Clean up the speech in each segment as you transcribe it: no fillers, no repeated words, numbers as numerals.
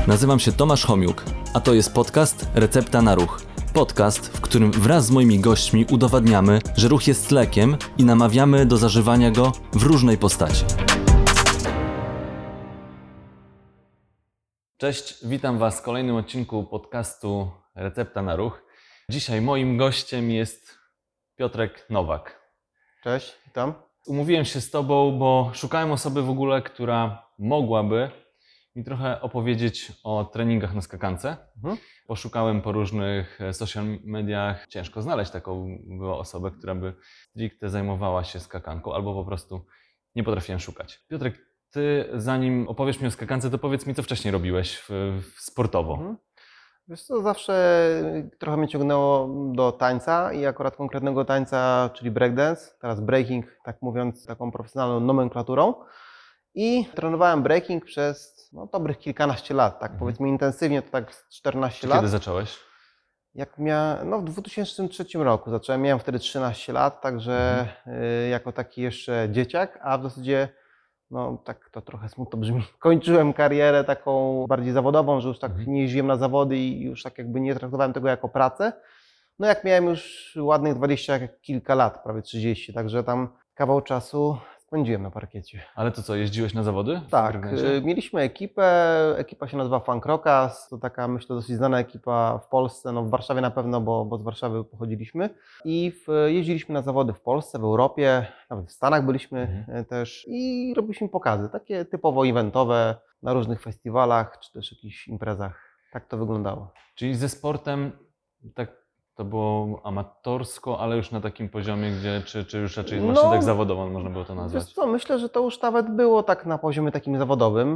Nazywam się Tomasz Homiuk, a to jest podcast Recepta na Ruch. Podcast, w którym wraz z moimi gośćmi udowadniamy, że ruch jest lekiem i namawiamy do zażywania go w różnej postaci. Cześć, witam Was w kolejnym odcinku podcastu Recepta na Ruch. Dzisiaj moim gościem jest Piotrek Nowak. Cześć, witam. Umówiłem się z Tobą, bo szukałem osoby w ogóle, która mogłaby mi trochę opowiedzieć o treningach na skakance. Poszukałem po różnych social mediach. Ciężko znaleźć taką była osobę, która by stricte zajmowała się skakanką, albo po prostu nie potrafiłem szukać. Piotrek, Ty zanim opowiesz mi o skakance, to powiedz mi, co wcześniej robiłeś sportowo. Wiesz co, zawsze trochę mnie ciągnęło do tańca i akurat konkretnego tańca, czyli breakdance, teraz breaking, tak mówiąc, taką profesjonalną nomenklaturą. I trenowałem breaking przez dobrych kilkanaście lat, tak powiedzmy intensywnie, to tak z 14 lat. Kiedy zacząłeś? Jak miałem, w 2003 roku zacząłem, miałem wtedy 13 lat, także jako taki jeszcze dzieciak, a w zasadzie, tak to trochę smutno brzmi, kończyłem karierę taką bardziej zawodową, że już tak nie jeździłem na zawody i już tak jakby nie traktowałem tego jako pracę. Jak miałem już ładnych 20 kilka lat, prawie 30, także tam kawał czasu spędziłem na parkiecie. Ale to co, jeździłeś na zawody? Tak, mieliśmy ekipę, ekipa się nazywa Funk Rockers, to taka myślę dosyć znana ekipa w Polsce, w Warszawie na pewno, bo z Warszawy pochodziliśmy i jeździliśmy na zawody w Polsce, w Europie, nawet w Stanach byliśmy też i robiliśmy pokazy, takie typowo eventowe na różnych festiwalach czy też jakichś imprezach. Tak to wyglądało. Czyli ze sportem tak to było amatorsko, ale już na takim poziomie, gdzie czy już raczej właśnie tak zawodowo można było to nazwać? Wiesz co, myślę, że to już nawet było tak na poziomie takim zawodowym.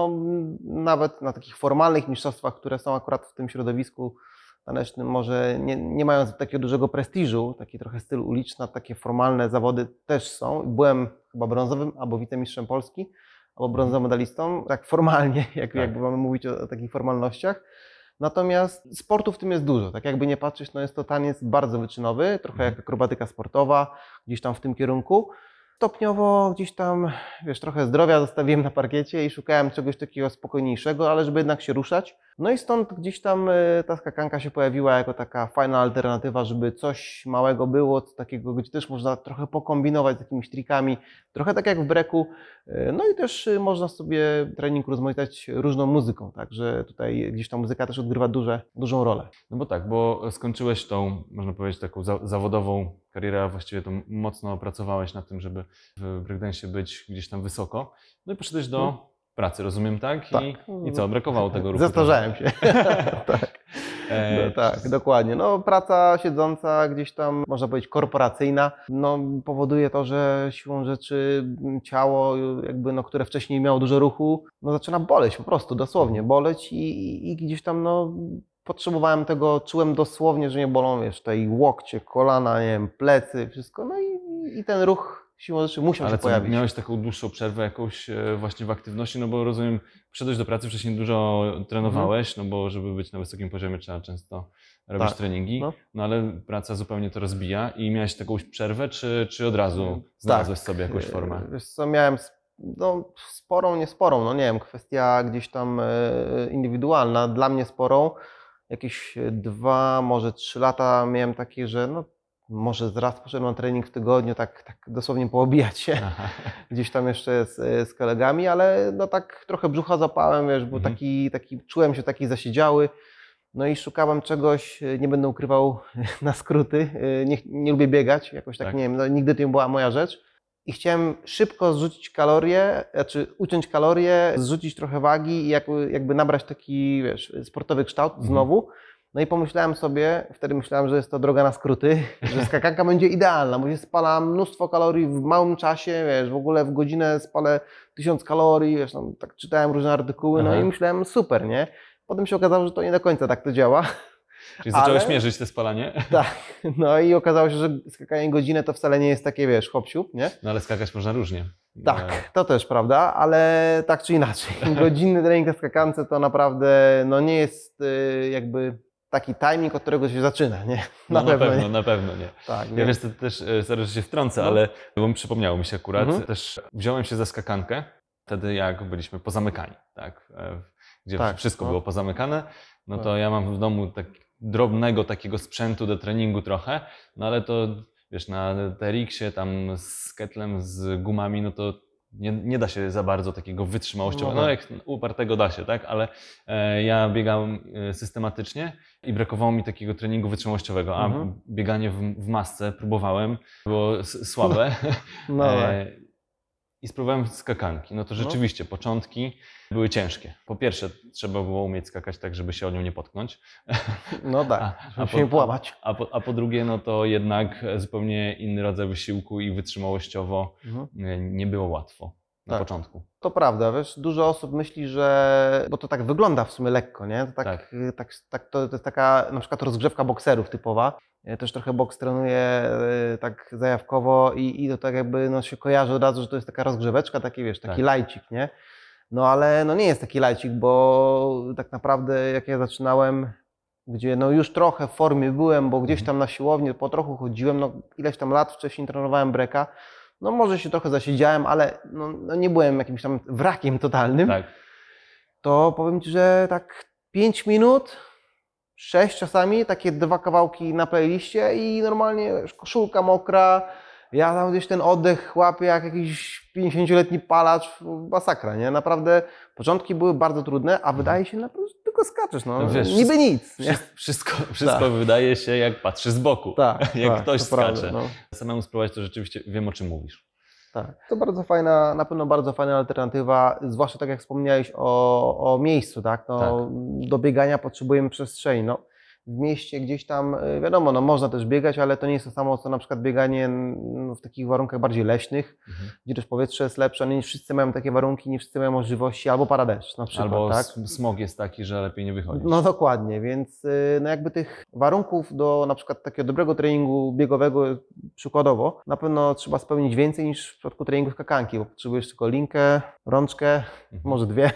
Nawet na takich formalnych mistrzostwach, które są akurat w tym środowisku tanecznym, może nie mają takiego dużego prestiżu, taki trochę styl uliczny, takie formalne zawody też są. Byłem chyba brązowym albo wicemistrzem Polski, albo brązowym medalistą, tak formalnie, jakby mamy mówić o takich formalnościach. Natomiast sportu w tym jest dużo, tak jakby nie patrzeć, jest to taniec bardzo wyczynowy, trochę jak akrobatyka sportowa, gdzieś tam w tym kierunku. Stopniowo gdzieś tam, trochę zdrowia zostawiłem na parkiecie i szukałem czegoś takiego spokojniejszego, ale żeby jednak się ruszać. I stąd gdzieś tam ta skakanka się pojawiła jako taka fajna alternatywa, żeby coś małego było, takiego, gdzie też można trochę pokombinować z jakimiś trikami, trochę tak jak w breaku. I też można sobie trening rozmaitać różną muzyką, także tutaj gdzieś ta muzyka też odgrywa dużą rolę. Bo skończyłeś tą, można powiedzieć, taką zawodową karierę, a właściwie to mocno pracowałeś nad tym, żeby w breakdance'ie być gdzieś tam wysoko. I poszedłeś do pracy, rozumiem, tak? Tak. I co, brakowało tego ruchu? Zestarzałem się. Tak, dokładnie. Praca siedząca, gdzieś tam, można powiedzieć, korporacyjna, powoduje to, że siłą rzeczy ciało, które wcześniej miało dużo ruchu, zaczyna boleć po prostu, dosłownie boleć i gdzieś tam, potrzebowałem tego, czułem dosłownie, że mnie bolą, tutaj łokcie, kolana, nie wiem, plecy, wszystko, i ten ruch siłą rzeczy musiał się pojawić. Miałeś taką dłuższą przerwę jakąś właśnie w aktywności, bo rozumiem, przyszedłeś do pracy, wcześniej dużo trenowałeś, bo żeby być na wysokim poziomie trzeba często robić treningi, ale praca zupełnie to rozbija i miałeś taką przerwę, czy od razu znalazłeś sobie jakąś formę? Wiesz co, miałem sporą, niesporą, nie wiem, kwestia gdzieś tam indywidualna, dla mnie sporą, jakieś 2, może 3 lata miałem takie, że może raz poszedłem na trening w tygodniu, tak dosłownie poobijać się gdzieś tam jeszcze z kolegami, ale tak trochę brzucha zapałem, bo czułem się taki zasiedziały, i szukałem czegoś, nie będę ukrywał, na skróty, nie lubię biegać, jakoś tak. Nie wiem, nigdy to nie była moja rzecz i chciałem szybko zrzucić kalorie, uciąć kalorie, zrzucić trochę wagi i jakby nabrać taki, sportowy kształt znowu. I pomyślałem sobie, wtedy myślałem, że jest to droga na skróty, że skakanka będzie idealna, bo się spala mnóstwo kalorii w małym czasie, w ogóle w godzinę spalę 1000 kalorii, tak czytałem różne artykuły, i myślałem super, nie? Potem się okazało, że to nie do końca tak to działa. Czyli zacząłeś mierzyć te spalanie? Tak, i okazało się, że skakanie godzinę to wcale nie jest takie, hop-siup, nie? Ale skakać można różnie. Tak, to też prawda, ale tak czy inaczej, godzinny trening na skakance to naprawdę, nie jest jakby taki timing, od którego się zaczyna, nie? Na pewno nie. Tak, ja wiesz, to też, sorry, że się wtrącę, ale bo przypomniało mi się akurat, też wziąłem się za skakankę wtedy jak byliśmy pozamykani, tak? Gdzie Tak, wszystko no. było pozamykane, no to Tak. ja mam w domu tak drobnego takiego sprzętu do treningu trochę, no ale to wiesz, na TRX-ie tam z ketlem, z gumami, no to nie da się za bardzo takiego wytrzymałościowego, no No jak upartego da się, tak? Ale ja biegałem systematycznie i brakowało mi takiego treningu wytrzymałościowego, a bieganie w masce próbowałem, było słabe. No tak. I spróbowałem skakanki. No to rzeczywiście początki były ciężkie. Po pierwsze, trzeba było umieć skakać tak, żeby się o nią nie potknąć. No tak, żeby się nie połamać. A po drugie, no to jednak zupełnie inny rodzaj wysiłku i wytrzymałościowo nie było łatwo na Tak. początku. To prawda, wiesz, dużo osób myśli, że, bo to tak wygląda w sumie lekko, nie? To to jest taka na przykład rozgrzewka bokserów typowa. Ja też trochę boks trenuję tak zajawkowo i to tak jakby no, się kojarzy od razu, że to jest taka rozgrzeweczka, taki wiesz, taki Tak. lajcik, nie? No ale no nie jest taki lajcik, bo tak naprawdę jak ja zaczynałem, gdzie no już trochę w formie byłem, bo gdzieś tam na siłowni po trochu chodziłem, no ileś tam lat wcześniej trenowałem breka, no może się trochę zasiedziałem, ale no nie byłem jakimś tam wrakiem totalnym, Tak. to powiem Ci, że tak 5 minut, 6 czasami, takie 2 kawałki na playliście i normalnie wiesz, koszulka mokra, ja tam gdzieś ten oddech łapię jak jakiś 50-letni palacz, masakra, nie? Naprawdę początki były bardzo trudne, a wydaje się, że tylko skaczesz, no Wiesz, niby nic, nie? Wszystko wydaje się, jak patrzysz z boku, Tak, jak tak, ktoś to skacze. prawda, no. Samemu spróbować, to rzeczywiście wiem, o czym mówisz. Tak. To bardzo fajna, na pewno bardzo fajna alternatywa, zwłaszcza tak jak wspomniałeś o miejscu, tak? No, Tak. do biegania potrzebujemy przestrzeni. No, w mieście gdzieś tam, wiadomo, no, można też biegać, ale to nie jest to samo, co na przykład bieganie w takich warunkach bardziej leśnych, gdzie też powietrze jest lepsze. Nie wszyscy mają takie warunki, nie wszyscy mają możliwości, albo pada deszcz na przykład, Albo tak? smog jest taki, że lepiej nie wychodzić. No dokładnie, więc no jakby tych warunków do na przykład takiego dobrego treningu biegowego przykładowo na pewno trzeba spełnić więcej niż w przypadku treningu skakanki, bo potrzebujesz tylko linkę, rączkę, może 2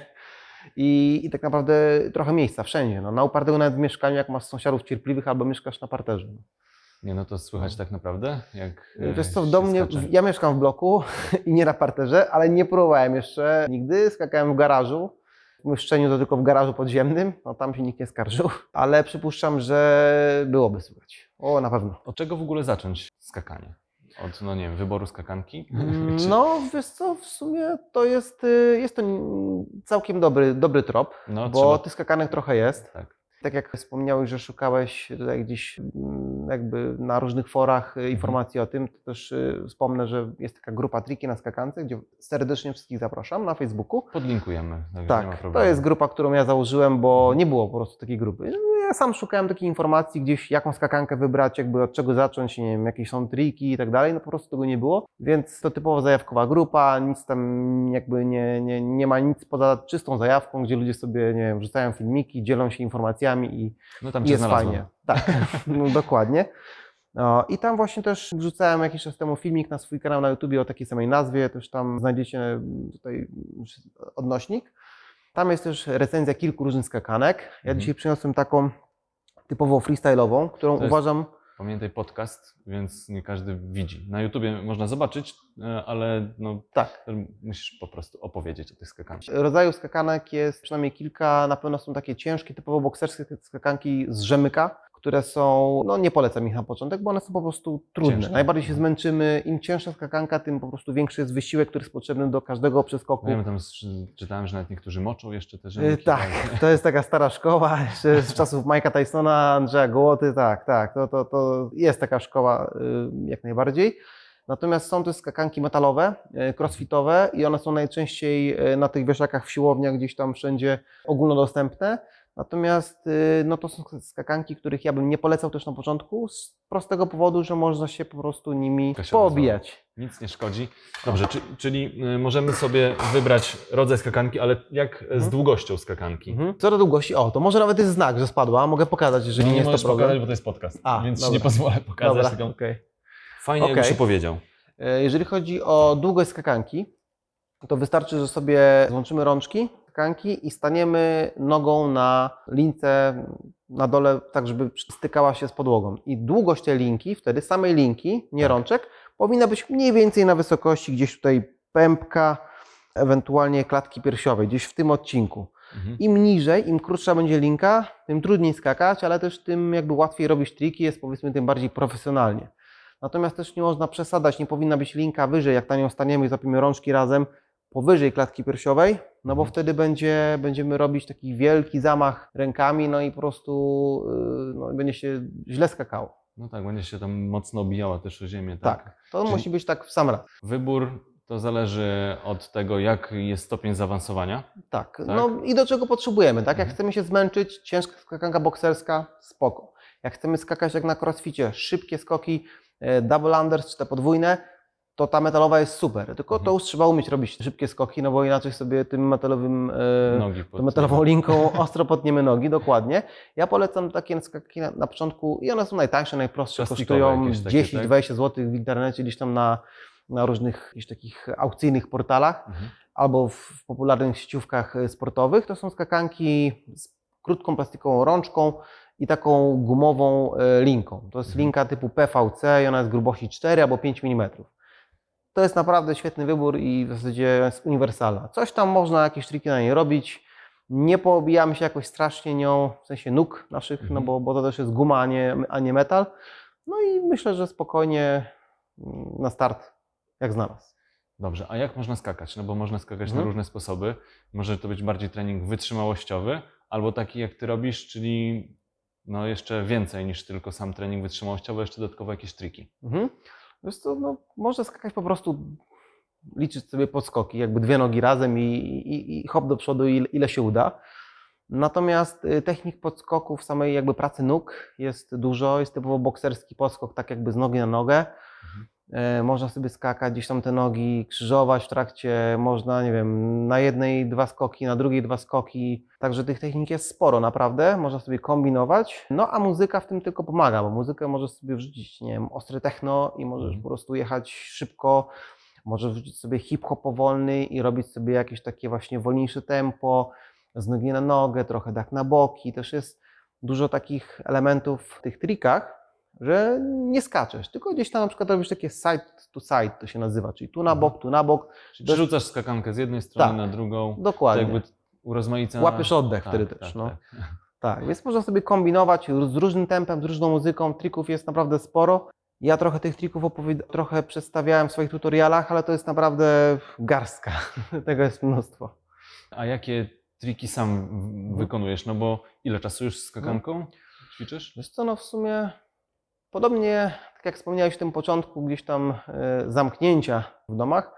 i tak naprawdę trochę miejsca wszędzie. No, na upartego nawet w mieszkaniu, jak masz sąsiadów cierpliwych albo mieszkasz na parterze. Nie, no to słychać tak naprawdę? Jak Wiesz co, w się domu skacze? ja mieszkam w bloku i nie na parterze, ale nie próbowałem jeszcze nigdy, skakałem w garażu. W Myszczeniu to tylko w garażu podziemnym, no tam się nikt nie skarżył, ale przypuszczam, że byłoby słychać. O, na pewno. Od czego w ogóle zacząć skakanie? Od, no nie wiem, wyboru skakanki? Czy- No, wiesz co, w sumie to jest to całkiem dobry trop, No, bo trzeba- tych skakanek trochę jest. Tak. Tak jak wspomniałeś, że szukałeś tutaj gdzieś jakby na różnych forach informacji o tym, to też wspomnę, że jest taka grupa Triki na skakance, gdzie serdecznie wszystkich zapraszam na Facebooku. Podlinkujemy, także nie ma Tak, problemu. to jest grupa, którą ja założyłem, bo nie było po prostu takiej grupy. Ja sam szukałem takiej informacji gdzieś, jaką skakankę wybrać, jakby od czego zacząć, nie wiem, jakieś są triki i tak dalej, no po prostu tego nie było, więc to typowo zajawkowa grupa, nic tam jakby nie ma nic poza czystą zajawką, gdzie ludzie sobie, nie wiem, wrzucają filmiki, dzielą się informacjami i No tam i cię jest znalazłem. fajnie. Tak, no, dokładnie. No, i tam właśnie też wrzucałem jakiś czas temu filmik na swój kanał na YouTubie o takiej samej nazwie, też tam znajdziecie tutaj odnośnik. Tam jest też recenzja kilku różnych skakanek. Ja dzisiaj przyniosłem taką typowo freestyle'ową, którą To jest- uważam... Pamiętaj podcast, więc nie każdy widzi. Na YouTubie można zobaczyć, ale no, Tak. musisz po prostu opowiedzieć o tych skakankach. Rodzajów skakanek jest przynajmniej kilka, na pewno są takie ciężkie, typowo bokserskie skakanki z rzemyka, które są, no nie polecam ich na początek, bo one są po prostu trudne. Ciężkie. Najbardziej się zmęczymy, im cięższa skakanka, tym po prostu większy jest wysiłek, który jest potrzebny do każdego przeskoku. Wiem, tam czytałem, że nawet niektórzy moczą jeszcze te rzemyki. Tak, to jest taka stara szkoła, jeszcze z czasów Mike'a Tysona, Andrzeja Gołoty, tak, to jest taka szkoła jak najbardziej. Natomiast są też skakanki metalowe, crossfitowe i one są najczęściej na tych wieszakach w siłowniach, gdzieś tam wszędzie ogólnodostępne. Natomiast no to są skakanki, których ja bym nie polecał też na początku z prostego powodu, że można się po prostu nimi To się poobijać. Nic nie szkodzi. Dobrze, czyli możemy sobie wybrać rodzaj skakanki, ale jak z długością skakanki? Co do długości, to może nawet jest znak, że spadła, mogę pokazać, jeżeli No nie jest to możesz problem. pokazać, bo to jest podcast, więc ci dobra. nie pozwolę pokazać. Dobra, Tylko okej. fajnie, jakbyś Okej. opowiedział. Jeżeli chodzi o długość skakanki, to wystarczy, że sobie złączymy rączki skakanki i staniemy nogą na lince na dole, tak żeby stykała się z podłogą. I długość tej linki, wtedy samej linki, nie Tak. rączek, powinna być mniej więcej na wysokości gdzieś tutaj pępka, ewentualnie klatki piersiowej, gdzieś w tym odcinku. Mhm. Im niżej, im krótsza będzie linka, tym trudniej skakać, ale też tym jakby łatwiej robić triki, jest powiedzmy tym bardziej profesjonalnie. Natomiast też nie można przesadzać, nie powinna być linka wyżej, jak na nią staniemy i zapiemy rączki razem, powyżej klatki piersiowej, no bo wtedy będziemy robić taki wielki zamach rękami, no i po prostu no, będzie się źle skakało. No tak, będzie się tam mocno obijała też o ziemię, tak? Tak, to Czyli- musi być tak w sam raz. Wybór to zależy od tego, jak jest stopień zaawansowania. Tak, no i do czego potrzebujemy, tak? Jak chcemy się zmęczyć, ciężka skakanka bokserska, spoko. Jak chcemy skakać jak na crossficie, szybkie skoki, double unders czy te podwójne, to ta metalowa jest super. Tylko to już trzeba umieć robić szybkie skoki, no bo inaczej sobie tym metalowym, Nogi tą metalową linką ostro potniemy nogi, dokładnie. Ja polecam takie skaki na początku i one są najtańsze, najprostsze, Plastikowe kosztują jakieś takie, 10-20 zł w internecie, gdzieś tam na różnych jakichś takich aukcyjnych portalach albo w popularnych sieciówkach sportowych. To są skakanki z krótką plastikową rączką i taką gumową linką. To jest linka typu PVC i ona jest grubości 4 albo 5 mm. To jest naprawdę świetny wybór i w zasadzie jest uniwersalna. Coś tam można, jakieś triki na niej robić. Nie poobijamy się jakoś strasznie nią, w sensie nóg naszych, no bo to też jest guma, a nie metal. No i myślę, że spokojnie na start jak znalazł. Dobrze, a jak można skakać? No bo można skakać na różne sposoby. Może to być bardziej trening wytrzymałościowy, albo taki jak Ty robisz, czyli no jeszcze więcej niż tylko sam trening wytrzymałościowy, jeszcze dodatkowo jakieś triki. Wiesz co, no, można skakać po prostu, liczyć sobie podskoki, jakby dwie nogi razem i hop do przodu, ile się uda. Natomiast technik podskoków, samej jakby pracy nóg jest dużo, jest typowo bokserski podskok, tak jakby z nogi na nogę. Można sobie skakać, gdzieś tam te nogi krzyżować w trakcie, można, nie wiem, na jednej 2 skoki, na drugiej 2 skoki. Także tych technik jest sporo, naprawdę, można sobie kombinować. No a muzyka w tym tylko pomaga, bo muzykę możesz sobie wrzucić, nie wiem, ostre techno i możesz po prostu jechać szybko. Możesz wrzucić sobie hip-hop powolny i robić sobie jakieś takie właśnie wolniejsze tempo, z nogi na nogę, trochę tak na boki. Też jest dużo takich elementów w tych trikach, że nie skaczesz, tylko gdzieś tam na przykład robisz takie side to side, to się nazywa, czyli tu na bok. Czyli przerzucasz skakankę z jednej strony Tak, na drugą. dokładnie. To jakby urozmaica... Łapiesz oddech wtedy też. No. Tak. Tak, więc można sobie kombinować z różnym tempem, z różną muzyką. Trików jest naprawdę sporo. Ja trochę tych trików trochę przedstawiałem w swoich tutorialach, ale to jest naprawdę garstka. Tego jest mnóstwo. A jakie triki sam wykonujesz? No bo ile czasu już z skakanką ćwiczysz? Wiesz co, no w sumie podobnie, tak jak wspomniałeś w tym początku gdzieś tam zamknięcia w domach,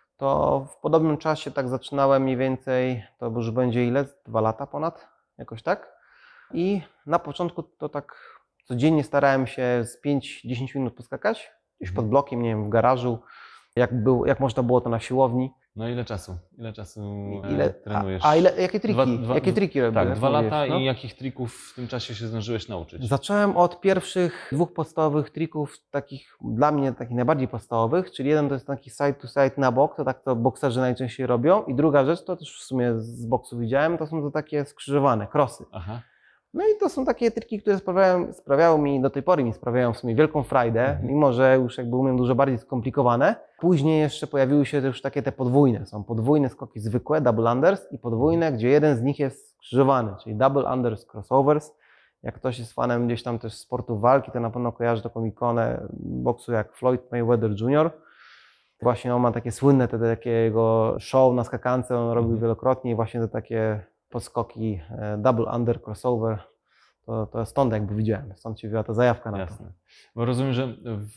to w podobnym czasie tak zaczynałem mniej więcej, to już będzie ile? 2 lata ponad, jakoś tak. I na początku to tak codziennie starałem się z 5-10 minut poskakać, gdzieś pod blokiem, nie wiem, w garażu, jak można było to na siłowni. No ile czasu? Ile czasu trenujesz? Jakie triki? Jakie triki robię? Tak, 2 lata no? i jakich trików w tym czasie się zdążyłeś nauczyć? Zacząłem od pierwszych 2 podstawowych trików, takich dla mnie takich najbardziej podstawowych, czyli jeden to jest taki side to side na bok, to tak to bokserzy najczęściej robią i druga rzecz, to też w sumie z boksu widziałem, to są to takie skrzyżowane, crossy. Aha. No i to są takie triki, które sprawiały mi, do tej pory mi sprawiają w sumie wielką frajdę, mimo że już jakby umiem dużo bardziej skomplikowane. Później jeszcze pojawiły się już takie te podwójne. Są podwójne skoki zwykłe, double unders i podwójne, gdzie jeden z nich jest skrzyżowany, czyli double unders crossovers. Jak ktoś jest fanem gdzieś tam też sportów walki, to na pewno kojarzy taką ikonę boksu jak Floyd Mayweather Jr. Właśnie on ma takie słynne takiego show na skakance, on robił wielokrotnie i właśnie te takie podskoki double under crossover, to stąd jakby widziałem, stąd się wzięła ta zajawka na Jasne. to. Bo rozumiem, że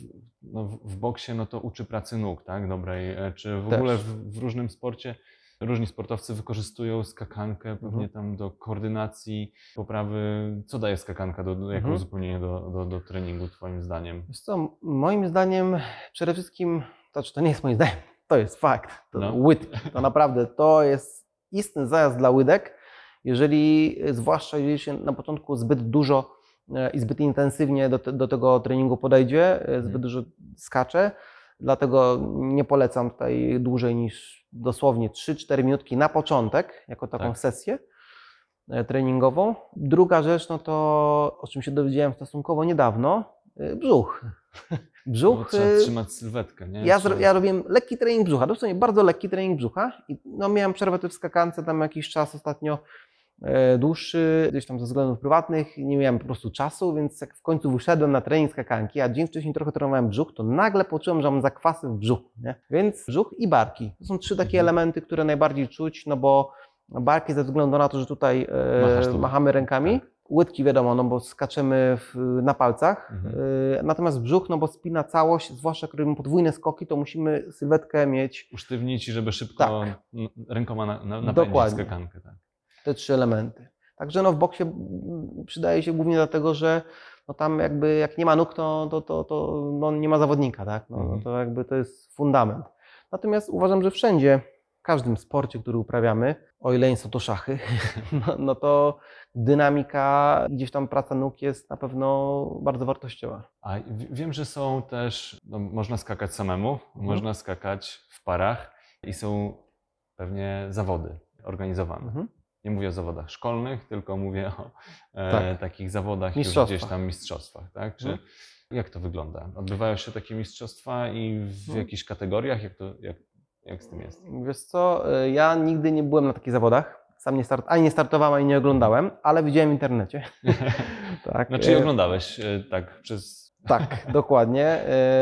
w boksie no to uczy pracy nóg, tak? Dobrej. Czy w Też. ogóle w różnym sporcie różni sportowcy wykorzystują skakankę pewnie tam do koordynacji, poprawy. Co daje skakanka jako uzupełnienie do treningu twoim zdaniem? Wiesz co, moim zdaniem przede wszystkim, to nie jest moim zdaniem, to jest fakt, łydki, to naprawdę to jest istny zajazd dla łydek, zwłaszcza jeżeli się na początku zbyt dużo i zbyt intensywnie do tego treningu podejdzie, zbyt dużo skacze, dlatego nie polecam tutaj dłużej niż dosłownie 3-4 minutki na początek, jako taką sesję treningową. Druga rzecz, no to o czym się dowiedziałem stosunkowo niedawno, Brzuch. No, Brzuch. trzeba trzymać sylwetkę, nie? Ja robiłem lekki trening brzucha, dosłownie bardzo lekki trening brzucha i no, miałem przerwę też w skakance tam jakiś czas ostatnio dłuższy, gdzieś tam ze względów prywatnych, nie miałem po prostu czasu, więc jak w końcu wyszedłem na trening skakanki, a dzień wcześniej trochę trenowałem brzuch, to nagle poczułem, że mam zakwasy w brzuchu, nie? Więc brzuch i barki. To są trzy takie elementy, które najbardziej czuć, no bo barki ze względu na to, że tutaj machamy rękami, Tak. łydki wiadomo, no bo skaczemy na palcach, natomiast brzuch, no bo spina całość, zwłaszcza jak robimy podwójne skoki, to musimy sylwetkę mieć. Usztywnić, żeby szybko Tak. rękoma napędzić Dokładnie. skakankę. Tak. Te trzy elementy. Także no w boksie przydaje się głównie dlatego, że no tam jakby jak nie ma nóg, to no nie ma zawodnika, tak? No, to jakby to jest fundament. Natomiast uważam, że wszędzie, w każdym sporcie, który uprawiamy, o ile nie są to szachy, no to dynamika, gdzieś tam praca nóg jest na pewno bardzo wartościowa. A wiem, że są też, no, można skakać samemu, można skakać w parach i są pewnie zawody organizowane. Nie mówię o zawodach szkolnych, tylko mówię o takich zawodach już gdzieś tam mistrzostwach. Tak? Jak to wygląda? Odbywają się takie mistrzostwa i w jakichś kategoriach? Jak z tym jest? Wiesz co, ja nigdy nie byłem na takich zawodach. Sam ani nie startowałem, ani nie oglądałem, ale widziałem w internecie. Tak. Znaczy oglądałeś tak przez... Tak, dokładnie.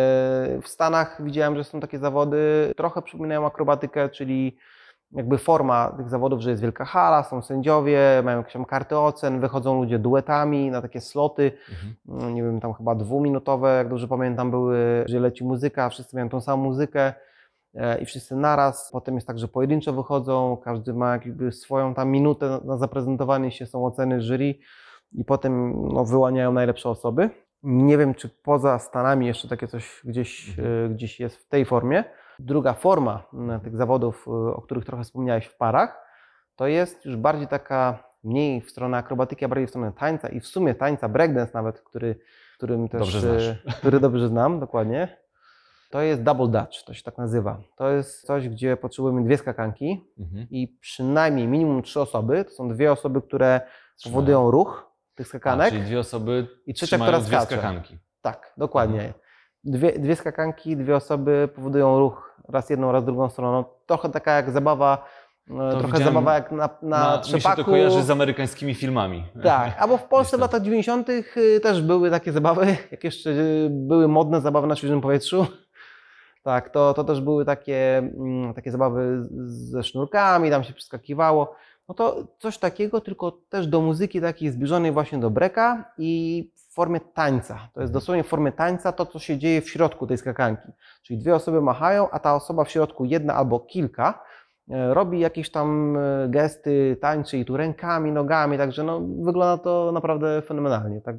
W Stanach widziałem, że są takie zawody, trochę przypominają akrobatykę, czyli jakby forma tych zawodów, że jest wielka hala, są sędziowie, mają jakieś tam karty ocen, wychodzą ludzie duetami na takie sloty, nie wiem, tam chyba 2-minutowe, jak dobrze pamiętam, były, że leci muzyka, wszyscy mają tą samą muzykę i wszyscy naraz. Potem jest tak, że pojedynczo wychodzą, każdy ma jakby swoją tam minutę na zaprezentowanie się, są oceny jury i potem no, wyłaniają najlepsze osoby. Nie wiem, czy poza Stanami jeszcze takie coś gdzieś jest w tej formie. Druga forma tych zawodów, o których trochę wspomniałeś w parach, to jest już bardziej taka mniej w stronę akrobatyki, a bardziej w stronę tańca i w sumie tańca breakdance nawet, którym też, Dobrze znasz. który dobrze znam, dokładnie. To jest double dutch, to się tak nazywa. To jest coś, gdzie potrzebujemy dwie skakanki i przynajmniej minimum 3 osoby. To są 2 osoby, które powodują ruch tych skakanek. Czyli 2 osoby i trzecia, która dwie skacze. skakanki. Tak, dokładnie. Dwie skakanki, 2 osoby powodują ruch raz jedną, raz drugą stroną. Trochę taka jak zabawa, zabawa jak na trzepaku. Mi się to kojarzy z amerykańskimi filmami. Tak, albo w Polsce w latach 90. też były takie zabawy, jak jeszcze były modne zabawy na świeżym powietrzu. Tak, to też były takie zabawy ze sznurkami, tam się przeskakiwało. No to coś takiego, tylko też do muzyki takiej zbliżonej właśnie do breaka i w formie tańca. To jest dosłownie w formie tańca to, co się dzieje w środku tej skakanki. Czyli 2 osoby machają, a ta osoba w środku, jedna albo kilka, robi jakieś tam gesty, tańczy i tu rękami, nogami, także no, wygląda to naprawdę fenomenalnie. Tak.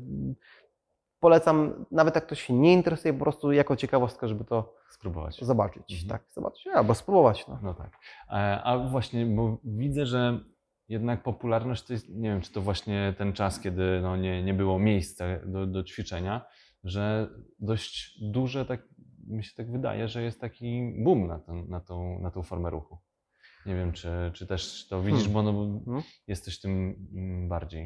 Polecam, nawet jak ktoś się nie interesuje, po prostu jako ciekawostkę, żeby to zobaczyć. Tak, zobaczyć albo spróbować. No tak. A właśnie, bo widzę, że jednak popularność to jest, nie wiem, czy to właśnie ten czas, kiedy no nie było miejsca do ćwiczenia, że dość duże, tak mi się tak wydaje, że jest taki boom na tą formę ruchu. Nie wiem, czy też to widzisz, bo jesteś tym bardziej.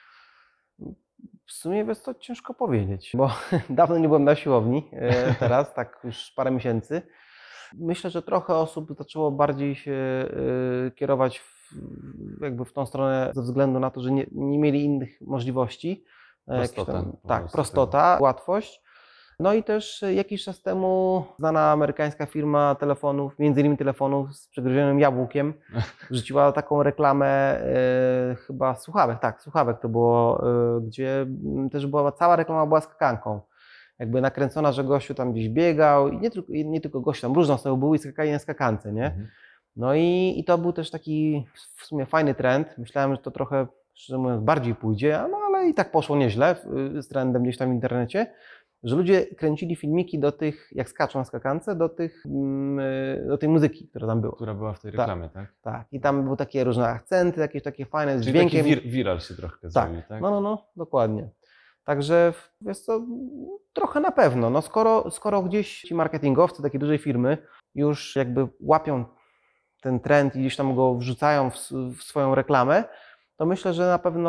W sumie jest to ciężko powiedzieć, bo dawno nie byłem na siłowni, teraz tak już parę miesięcy. Myślę, że trochę osób zaczęło bardziej się kierować jakby w tą stronę ze względu na to, że nie mieli innych możliwości. Prostota. Prostota, łatwość. No i też jakiś czas temu znana amerykańska firma telefonów, między innymi telefonów z przegryzionym jabłkiem, rzuciła taką reklamę chyba słuchawek to było, gdzie też cała reklama była skakanką. Jakby nakręcona, że gościu tam gdzieś biegał i nie tylko gościu, tam różne osoby były i skakali na skakance, nie? No i to był też taki w sumie fajny trend. Myślałem, że to trochę, szczerze mówiąc, bardziej pójdzie, no ale i tak poszło nieźle z trendem gdzieś tam w internecie, że ludzie kręcili filmiki do tych, jak skaczą na skakance, do tej muzyki, która tam była. Która była w tej reklamie, tak? Tak. I tam były takie różne akcenty, jakieś takie fajne z Czyli dźwiękiem. taki viral się trochę zrobił, tak? No, dokładnie. Także wiesz co, trochę na pewno. No skoro gdzieś ci marketingowcy takiej dużej firmy już jakby łapią ten trend i gdzieś tam go wrzucają w swoją reklamę, to myślę, że na pewno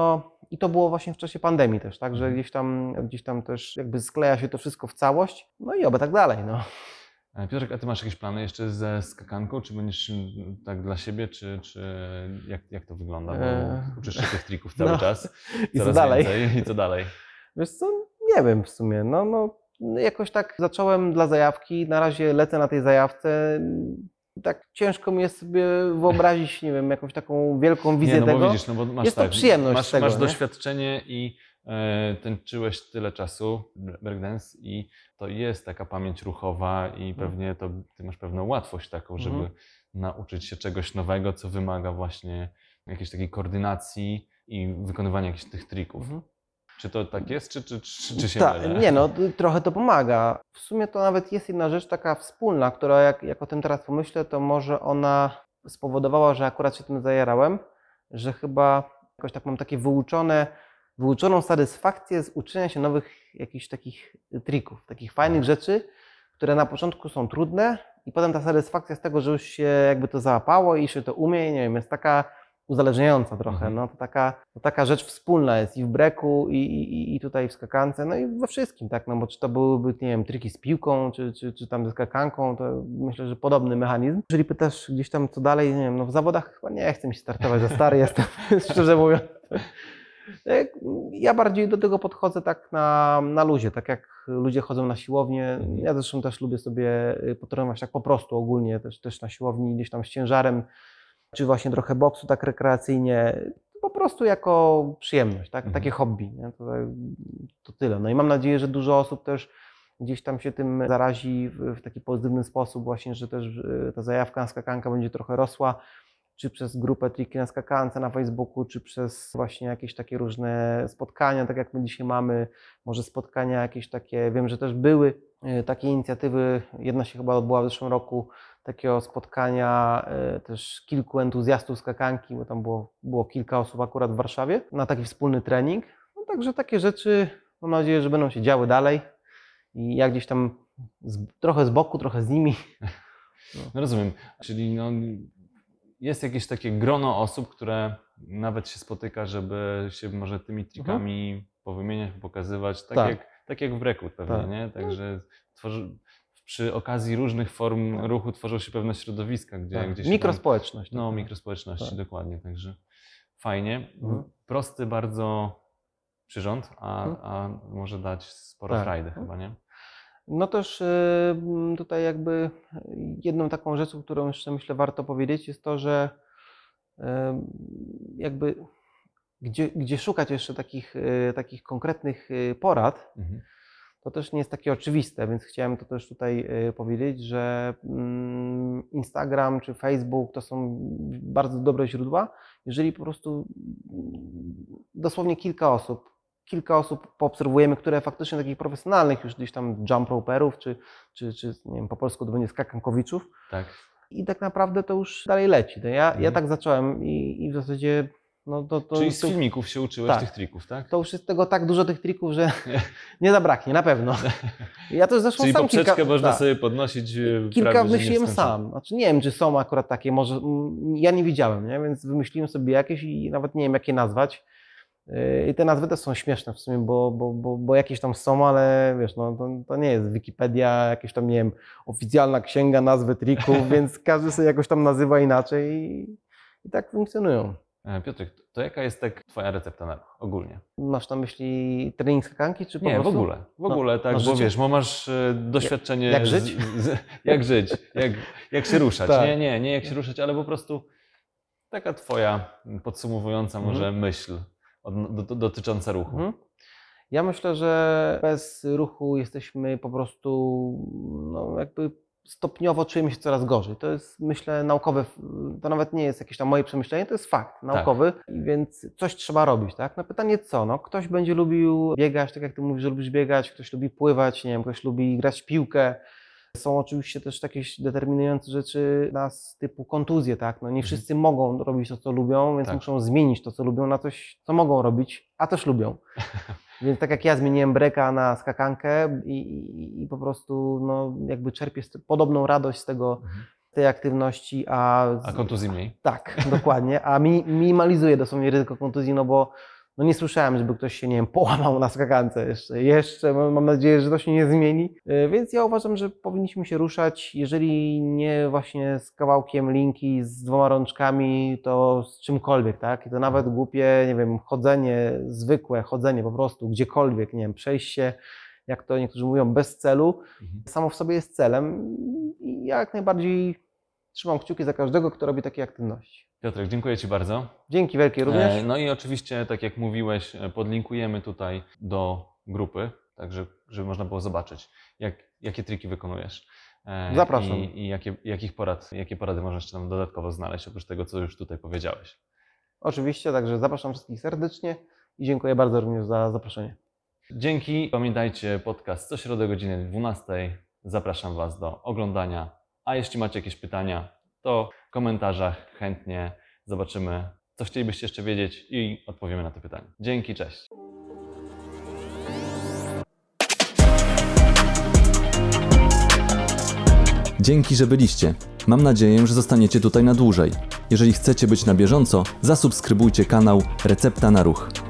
I to było właśnie w czasie pandemii też, tak, że Mhm. gdzieś tam też jakby skleja się to wszystko w całość, no i oby tak dalej, no. Piotrek, a ty masz jakieś plany jeszcze ze skakanką? Czy będziesz tak dla siebie, czy jak to wygląda? Bo uczysz się tych trików cały No czas, i co coraz dalej? więcej. I co dalej? Wiesz co, nie wiem w sumie, jakoś tak zacząłem dla zajawki, na razie lecę na tej zajawce, tak ciężko mi jest sobie wyobrazić, nie wiem, jakąś taką wielką wizję Nie, no bo tego. widzisz, no bo masz Jest to tak, przyjemność z tego, masz nie? doświadczenie i tańczyłeś tyle czasu breakdance i to jest taka pamięć ruchowa i pewnie ty masz pewną łatwość taką, żeby Mhm. nauczyć się czegoś nowego, co wymaga właśnie jakiejś takiej koordynacji i wykonywania jakichś tych trików. Mhm. Czy to tak jest, czy się Tak, mylę? nie no, trochę to pomaga. W sumie to nawet jest jedna rzecz taka wspólna, która jak o tym teraz pomyślę, to może ona spowodowała, że akurat się tym zajarałem, że chyba jakoś tak mam takie wyuczoną satysfakcję z uczenia się nowych jakichś takich trików, takich fajnych rzeczy, które na początku są trudne i potem ta satysfakcja z tego, że już się jakby to załapało i się to umie, nie wiem, jest taka uzależniająca trochę, Mhm. no to taka rzecz wspólna jest i w breaku, i tutaj w skakance, no i we wszystkim, tak, no bo czy to byłyby, nie wiem, triki z piłką, czy tam ze skakanką, to myślę, że podobny mechanizm. Jeżeli pytasz gdzieś tam co dalej, nie wiem, no w zawodach chyba nie chcę mi się startować, za stary jestem, szczerze mówiąc. Ja bardziej do tego podchodzę tak na luzie, tak jak ludzie chodzą na siłownię. Ja zresztą też lubię sobie potrenować tak po prostu ogólnie, też na siłowni gdzieś tam z ciężarem, czy właśnie trochę boksu tak rekreacyjnie, po prostu jako przyjemność, tak? Takie hobby. Nie? To tyle. No i mam nadzieję, że dużo osób też gdzieś tam się tym zarazi w taki pozytywny sposób, właśnie, że też ta zajawka na skakankę będzie trochę rosła, czy przez grupę Triki na skakance na Facebooku, czy przez właśnie jakieś takie różne spotkania, tak jak my dzisiaj mamy, może spotkania jakieś takie, wiem, że też były takie inicjatywy, jedna się chyba odbyła w zeszłym roku, takiego spotkania też kilku entuzjastów skakanki, bo tam było kilka osób akurat w Warszawie, na taki wspólny trening. No, także takie rzeczy mam nadzieję, że będą się działy dalej i ja gdzieś tam trochę z boku, trochę z nimi. No rozumiem, czyli no, jest jakieś takie grono osób, które nawet się spotyka, żeby się może tymi trikami powymieniać, pokazywać, tak jak w breku pewnie, Tak. nie? Także przy okazji różnych form ruchu tworzą się pewne środowiska, gdzie się tam... Mikrospołeczność. No, taka. mikrospołeczności, Tak. dokładnie, także fajnie. Mhm. Prosty bardzo przyrząd, a może dać sporo Tak. frajdy chyba, nie? No też tutaj jakby jedną taką rzeczą, którą jeszcze myślę warto powiedzieć, jest to, że y, jakby gdzie szukać jeszcze takich konkretnych porad, Mhm. to też nie jest takie oczywiste, więc chciałem to też tutaj powiedzieć, że Instagram czy Facebook to są bardzo dobre źródła, jeżeli po prostu dosłownie kilka osób poobserwujemy, które faktycznie takich profesjonalnych już gdzieś tam jump roperów, czy nie wiem, po polsku to będzie skakankowiczów Tak. i tak naprawdę to już dalej leci. To ja tak zacząłem i w zasadzie no Czyli z filmików się uczyłeś tak. tych trików, tak? To już jest tego tak dużo tych trików, że nie zabraknie, na pewno. Ja też zresztą Czyli sam poprzeczkę można tak. sobie podnosić Kilka prawie, że wymyśliłem nieskończenie. sam. Znaczy nie wiem, czy są akurat takie, może ja nie widziałem, nie? Więc wymyśliłem sobie jakieś i nawet nie wiem, jak je nazwać. I te nazwy też są śmieszne w sumie, bo jakieś tam są, ale wiesz, no, to nie jest Wikipedia, jakieś tam, nie wiem, oficjalna księga nazwy trików, więc każdy sobie jakoś tam nazywa inaczej i tak funkcjonują. Piotrek, to jaka jest tak twoja recepta na ruch ogólnie? Masz na myśli trening skakanki, czy po Nie, prostu? w ogóle tak, bo życie? wiesz, bo masz doświadczenie Jak żyć? jak żyć, jak się ruszać. Tak. Nie jak się ruszać, ale po prostu taka twoja podsumowująca może myśl dotycząca ruchu. Mhm. Ja myślę, że bez ruchu jesteśmy po prostu, no jakby stopniowo czujemy się coraz gorzej. To jest, myślę, naukowe, to nawet nie jest jakieś tam moje przemyślenie, to jest fakt naukowy, więc coś trzeba robić, tak? No pytanie co? No ktoś będzie lubił biegać, tak jak ty mówisz, że lubisz biegać, ktoś lubi pływać, nie wiem, ktoś lubi grać w piłkę. Są oczywiście też takie determinujące rzeczy nas typu kontuzje, tak? No nie wszyscy mogą robić to, co lubią, więc Tak. muszą zmienić to, co lubią, na coś, co mogą robić, a też lubią. Więc tak jak ja zmieniłem breaka na skakankę i po prostu no, jakby czerpię podobną radość z tej aktywności, A kontuzji mniej? tak, dokładnie, a minimalizuje dosłownie ryzyko kontuzji, no No nie słyszałem, żeby ktoś się, nie wiem, połamał na skakance jeszcze, mam nadzieję, że to się nie zmieni. Więc ja uważam, że powinniśmy się ruszać, jeżeli nie właśnie z kawałkiem linki, z 2 rączkami, to z czymkolwiek, tak? I to nawet głupie, nie wiem, chodzenie, zwykłe chodzenie po prostu gdziekolwiek, nie wiem, przejście, jak to niektórzy mówią, bez celu, samo w sobie jest celem i ja jak najbardziej trzymam kciuki za każdego, kto robi takie aktywności. Piotrek, dziękuję Ci bardzo. Dzięki wielkie również. No i oczywiście, tak jak mówiłeś, podlinkujemy tutaj do grupy, tak żeby można było zobaczyć, jakie triki wykonujesz. Zapraszam. I jakie porady można jeszcze tam dodatkowo znaleźć, oprócz tego, co już tutaj powiedziałeś. Oczywiście, także zapraszam wszystkich serdecznie i dziękuję bardzo również za zaproszenie. Dzięki. Pamiętajcie, podcast co środę o godzinie 12. Zapraszam Was do oglądania. A jeśli macie jakieś pytania, to w komentarzach chętnie zobaczymy, co chcielibyście jeszcze wiedzieć i odpowiemy na te pytania. Dzięki, cześć. Dzięki, że byliście. Mam nadzieję, że zostaniecie tutaj na dłużej. Jeżeli chcecie być na bieżąco, zasubskrybujcie kanał Recepta na Ruch.